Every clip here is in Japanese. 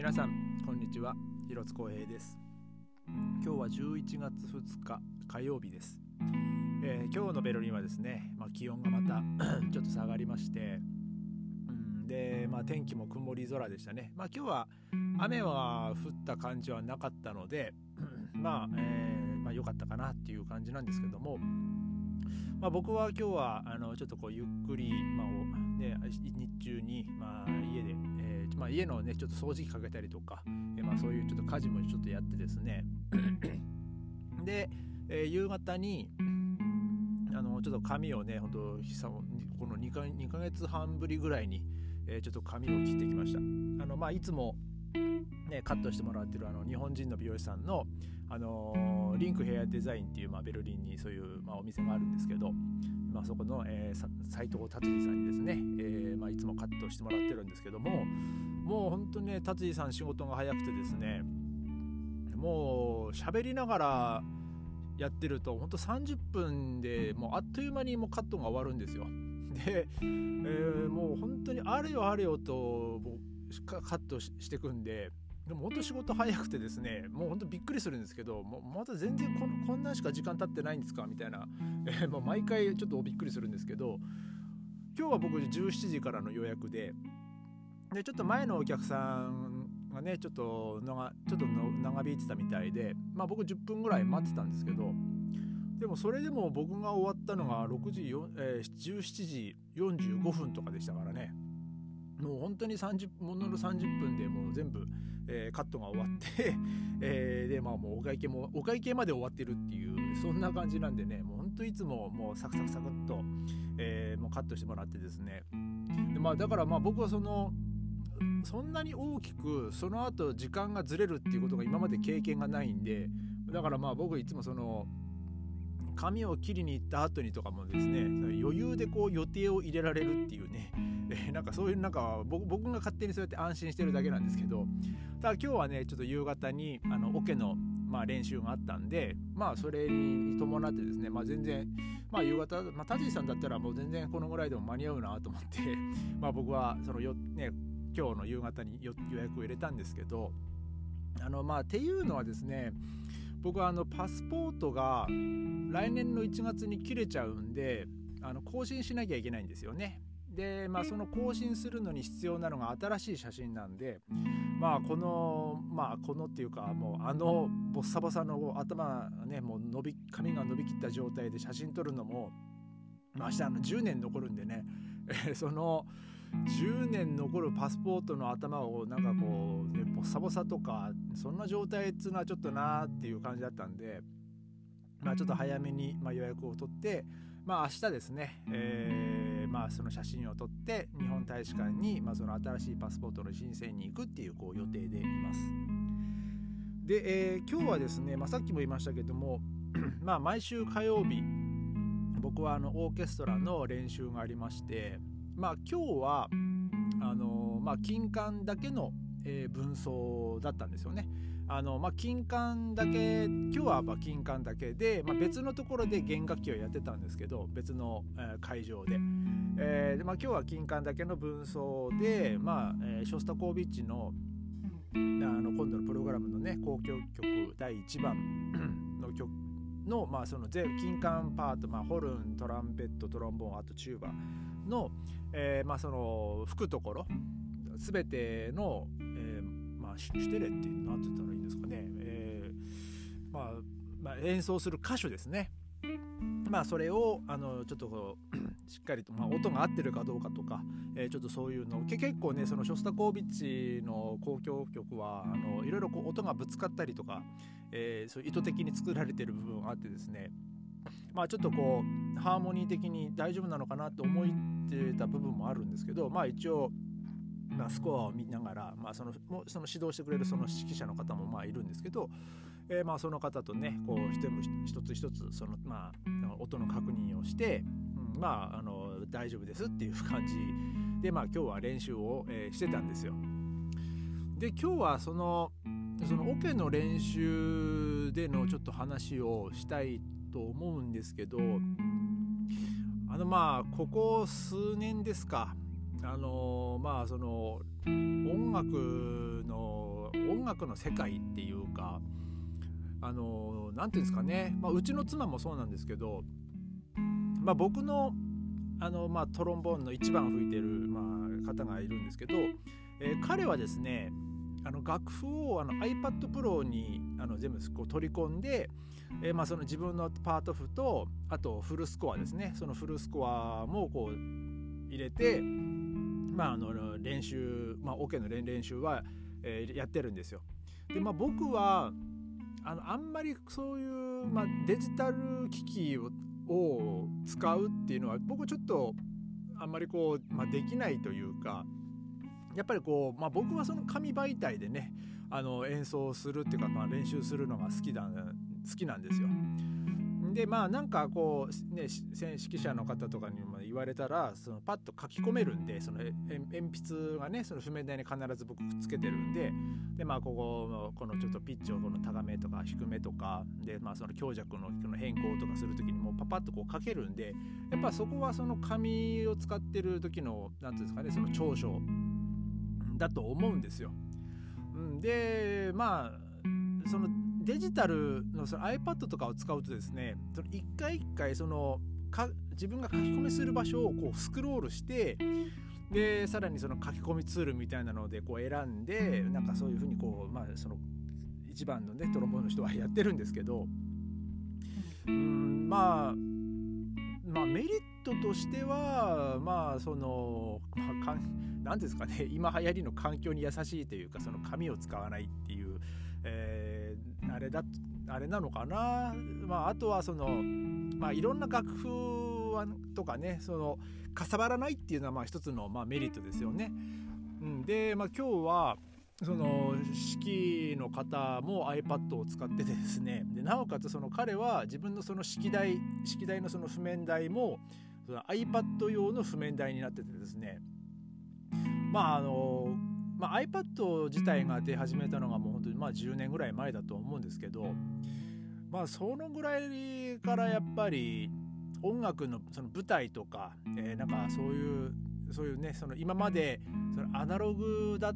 皆さんこんにちは、広津光平です。今日は11月2日火曜日です。今日のベルリンはですね、気温がまたちょっと下がりまして、で、天気も曇り空でしたね。今日は雨は降った感じはなかったので良かったかなっていう感じなんですけども、僕は今日はちょっとゆっくり、日中に、家で、家のねちょっと掃除機かけたりとか、そういうちょっと家事もちょっとやってですねで、夕方にちょっと髪をね、本当この2ヶ月半ぶりぐらいに、ちょっと髪を切ってきました。いつもねカットしてもらってる日本人の美容師さんのリンクヘアデザインっていう、ベルリンにそういう、お店があるんですけど、そこの、斉藤達治さんにですね、いつもカットしてもらってるんですけども、もう本当にね達治さん仕事が早くてですね、もう喋りながらやってると本当30分でもうあっという間にもうカットが終わるんですよ。で、もう本当にあれよとカットしていくんで、でも本当仕事早くてですね、もう本当びっくりするんですけど、もうまた全然こんなしか時間経ってないんですかみたいな、もう毎回ちょっとびっくりするんですけど、今日は僕17時からの予約でちょっと前のお客さんがねちょっと長引いてたみたいで、僕10分ぐらい待ってたんですけど、でもそれでも僕が終わったのが17時45分とかでしたからね、もう本当にものの30分でもう全部、カットが終わってでもうお会計まで終わってるっていう、そんな感じなんでね、もう本当いつももうサクッと、もうカットしてもらってですね、で、だから僕はそんなに大きくその後時間がずれるっていうことが今まで経験がないんで、だから僕いつも髪を切りに行った後にとかもですね、余裕で予定を入れられるっていうね、そういう僕が勝手にそうやって安心してるだけなんですけど、ただ今日はねちょっと夕方にオケの練習があったんで、それに伴ってですね、全然夕方達治さんだったらもう全然このぐらいでも間に合うなと思って僕は今日の夕方に予約を入れたんですけど、っていうのはですね、僕はパスポートが来年の1月に切れちゃうんで、更新しなきゃいけないんですよね。で、その更新するのに必要なのが新しい写真なんで、このっていうか、もうボッサボサの頭がねもう髪が伸びきった状態で写真撮るのも、明日10年残るんでねその10年残るパスポートの頭をボッサボサとかそんな状態っていうのはちょっとなーっていう感じだったんで、ちょっと早めに予約を取って、明日ですね、その写真を撮って日本大使館に、その新しいパスポートの申請に行くっていう予定でいます。で、今日はですね、さっきも言いましたけども毎週火曜日僕はオーケストラの練習がありまして、今日は金管だけの、分奏だったんですよね。金管だけ、今日は金管だけで、別のところで弦楽器をやってたんですけど、別の、会場で、今日は金管だけの分奏で、ショスタコービッチの今度のプログラムのね交響曲第1番の曲の、その金管パート、ホルン、トランペット、トロンボーン、あとチューバの、その吹くところ全ての、シュテレって何て言ったらいいんですかね、演奏する箇所ですね。それをちょっとしっかりと、音が合ってるかどうかとか、ちょっとそういうの結構ね、そのショスタコービッチの交響曲はいろいろ音がぶつかったりとか、そう意図的に作られてる部分があってですね、ちょっとハーモニー的に大丈夫なのかなと思ってた部分もあるんですけど、一応スコアを見ながら、その指導してくれるその指揮者の方もいるんですけど、その方とね一つ一つ音の確認をして、大丈夫ですっていう感じで、今日は練習を、してたんですよ。で、今日はそのオケの練習でのちょっと話をしたいと思うんですけど、ここ数年ですか、その音楽の音楽の世界っていうか、なんていうんですかね、うちの妻もそうなんですけど、僕のトロンボーンの一番吹いてる、方がいるんですけど、彼はですね楽譜をiPad Pro に全部こう取り込んで、その自分のパート譜とあとフルスコアですね、そのフルスコアもこう入れて、練習、オケの練習は、やってるんですよ。で、僕はあんまりそういう、デジタル機器を使うっていうのは僕ちょっとあんまりこう、できないというか、やっぱりこう、僕はその紙媒体でね演奏するっていうか、練習するのが好きなんですよ。でなんかこうね、指揮者の方とかにも言われたら、そのパッと書き込めるんで、その鉛筆がねその譜面台に必ず僕くっつけてるんで、このちょっとピッチをこの高めとか低めとかで、その強弱の変更とかするときにもうパパッとこう書けるんで、やっぱそこはその紙を使ってる時のなんていうんですかね、その長所だと思うんですよ。でそのデジタルのその iPad とかを使うとですね、その一回一回その自分が書き込みする場所をこうスクロールして、でさらにその書き込みツールみたいなのでこう選んで、なんかそういうふうにこう、その一番のねトロンボーンの人はやってるんですけど、メリットとしてはそのなんですかね、今流行りの環境に優しいというか、その紙を使わないっていう、あれなのかな。あとはそのいろんな楽譜とかね、そのかさばらないっていうのは一つのメリットですよね。で今日はその指揮の方も iPad を使っててですね、でなおかつその彼は自分のその指揮台のその譜面台もその iPad 用の譜面台になっててですね、iPad 自体が出始めたのがもう本当に10年ぐらい前だと思うんですけど、そのぐらいからやっぱり音楽のその舞台とか、なんかそういうね、その今までそのアナログだった、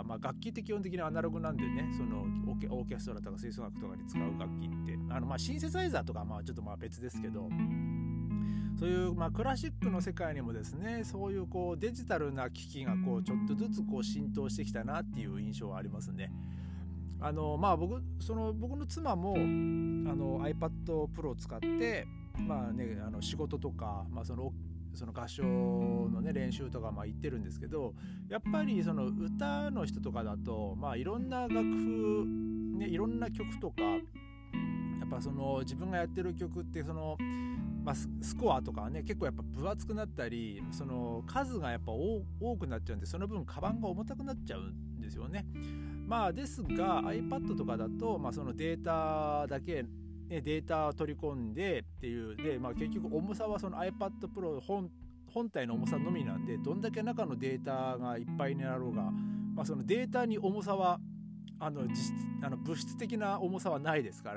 楽器って基本的にアナログなんでね、そのオーケストラとか吹奏楽とかに使う楽器ってシンセサイザーとかちょっと別ですけど、そういうクラシックの世界にもですね、そういうこうデジタルな機器がこうちょっとずつこう浸透してきたなっていう印象はありますね。僕の妻もiPad Pro を使って仕事とか、その合唱のね練習とか行ってるんですけど、やっぱりその歌の人とかだといろんな楽譜ね、いろんな曲とか、やっぱその自分がやってる曲ってそのスコアとかね結構やっぱ分厚くなったり、その数がやっぱ多くなっちゃうんで、その分カバンが重たくなっちゃうんですよね。ですが iPad とかだと、そのデータだけ、データを取り込んでっていうで、結局重さはその iPad Pro 本体の重さのみなんで、どんだけ中のデータがいっぱいになろうが、そのデータに重さは物質的な重さはないですから、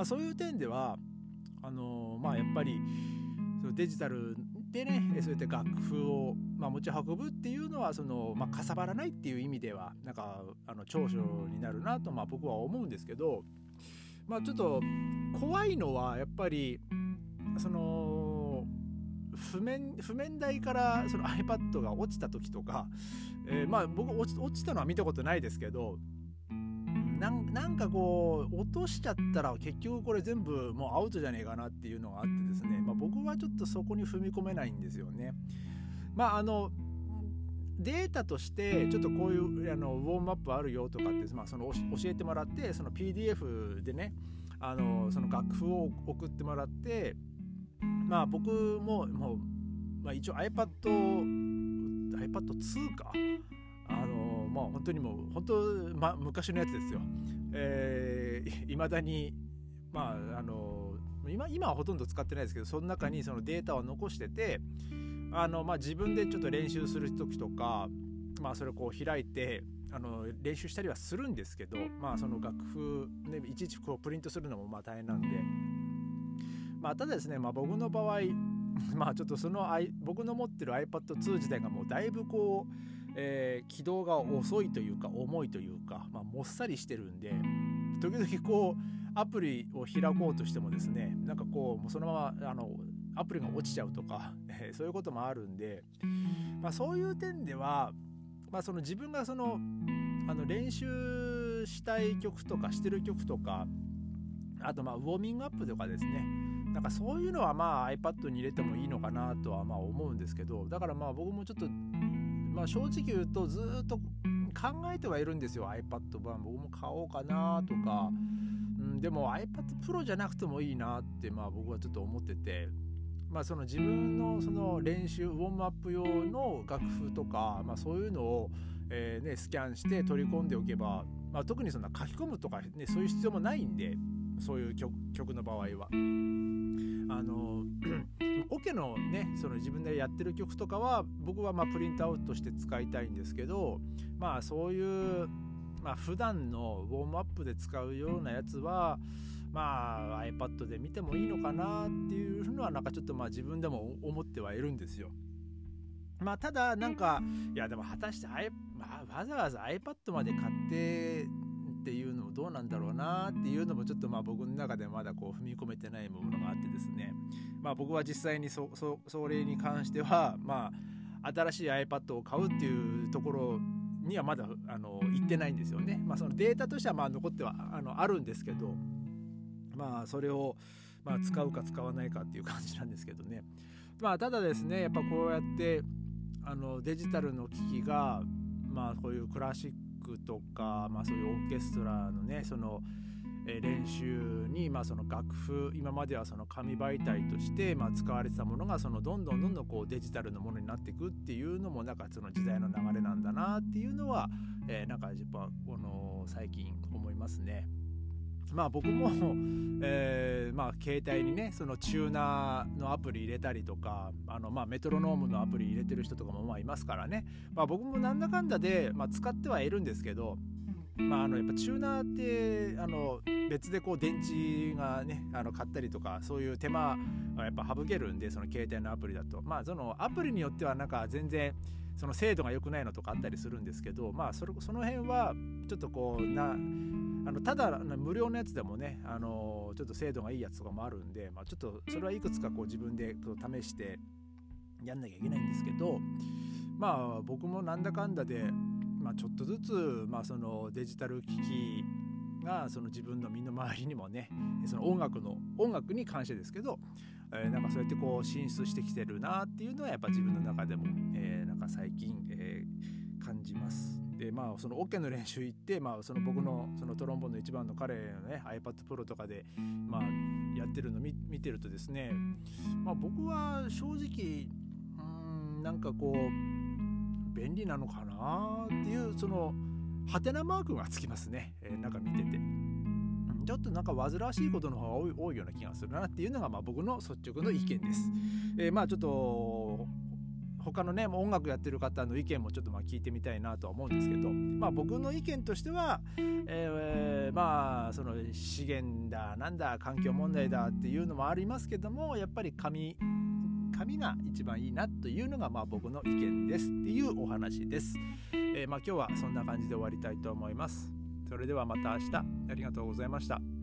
そういう点ではやっぱりそのデジタルでね、そうやって楽譜を持ち運ぶっていうのはそのかさばらないっていう意味ではなんか長所になるなと僕は思うんですけど、ちょっと怖いのはやっぱりその譜面台からその iPad が落ちた時とか、僕落ちたのは見たことないですけど、なんかこう落としちゃったら結局これ全部もうアウトじゃねえかなっていうのがあってですね、僕はちょっとそこに踏み込めないんですよね。データとしてちょっとこういうウォームアップあるよとかって、その教えてもらって、その PDF でねその楽譜を送ってもらって、僕も一応 iPad2 か本当に昔のやつですよ。未だに今はほとんど使ってないですけど、その中にそのデータを残してて、自分でちょっと練習する時とか、それをこう開いて練習したりはするんですけど、その楽譜、ね、いちいちこうプリントするのも大変なんで、ただですね、僕の場合ちょっと僕の持ってる iPad2 自体がもうだいぶこう起動が遅いというか重いというか、もっさりしてるんで、時々こうアプリを開こうとしてもですね、なんかこうそのままアプリが落ちちゃうとか、そういうこともあるんで、そういう点では、その自分がその練習したい曲とかしてる曲とか、あとウォーミングアップとかですね、なんかそういうのはiPad に入れてもいいのかなとは思うんですけど、だから僕もちょっと正直言うとずっと考えてはいるんですよ。 iPad 版僕も買おうかなとか、でも iPad Pro じゃなくてもいいなって僕はちょっと思ってて、その自分のその練習ウォームアップ用の楽譜とか、そういうのを、スキャンして取り込んでおけば、特にそんな書き込むとか、そういう必要もないんで、そういう曲の場合はオケのね、その自分でやってる曲とかは僕はプリントアウトして使いたいんですけど、そういう普段のウォームアップで使うようなやつはiPad で見てもいいのかなっていうのはなんかちょっと自分でも思ってはいるんですよ。ただなんかいやでも果たして、わざわざ iPad まで買ってっていうのもどうなんだろうなっていうのもちょっと僕の中でまだこう踏み込めてないものがあってですね、僕は実際にそれに関しては新しい iPad を買うっていうところにはまだ行ってないんですよね。そのデータとしては残ってはあるんですけど、それを使うか使わないかっていう感じなんですけどね。ただですね、やっぱこうやってデジタルの機器がこういうクラシックとか、そういうオーケストラのね、その練習にその楽譜、今まではその紙媒体として使われてたものがどんどんこうデジタルのものになっていくっていうのもなんかその時代の流れなんだなっていうのは、なんかやっぱ最近思いますね。僕も、携帯にねそのチューナーのアプリ入れたりとか、メトロノームのアプリ入れてる人とかもいますからね、僕もなんだかんだで、使ってはいるんですけど、やっぱチューナーって別でこう電池がね買ったりとか、そういう手間はやっぱ省けるんで、その携帯のアプリだとそのアプリによってはなんか全然その精度が良くないのとかあったりするんですけど、その辺はちょっとこうただ無料のやつでもねちょっと精度がいいやつとかもあるんで、ちょっとそれはいくつかこう自分で試してやんなきゃいけないんですけど、僕もなんだかんだでちょっとずつそのデジタル機器がその自分の身の回りにもね、その音楽に関してですけど、なんかそうやってこう進出してきてるなっていうのはやっぱ自分の中でも、なんか最近、感じます。でそのオケの練習行って、その僕のそのトロンボーンの一番の彼のね iPad Pro とかでやってるの見てるとですね、僕は正直なんかこう便利なのかなっていうそのハテナマークがつきますね、なんか見ててちょっとなんか煩わしいことの方が多いような気がするなっていうのが僕の率直の意見です。ちょっと他のね音楽やってる方の意見もちょっと聞いてみたいなとは思うんですけど、僕の意見としては、その資源だなんだ環境問題だっていうのもありますけども、やっぱり紙が一番いいなというのが僕の意見ですっていうお話です。今日はそんな感じで終わりたいと思います。それではまた明日、ありがとうございました。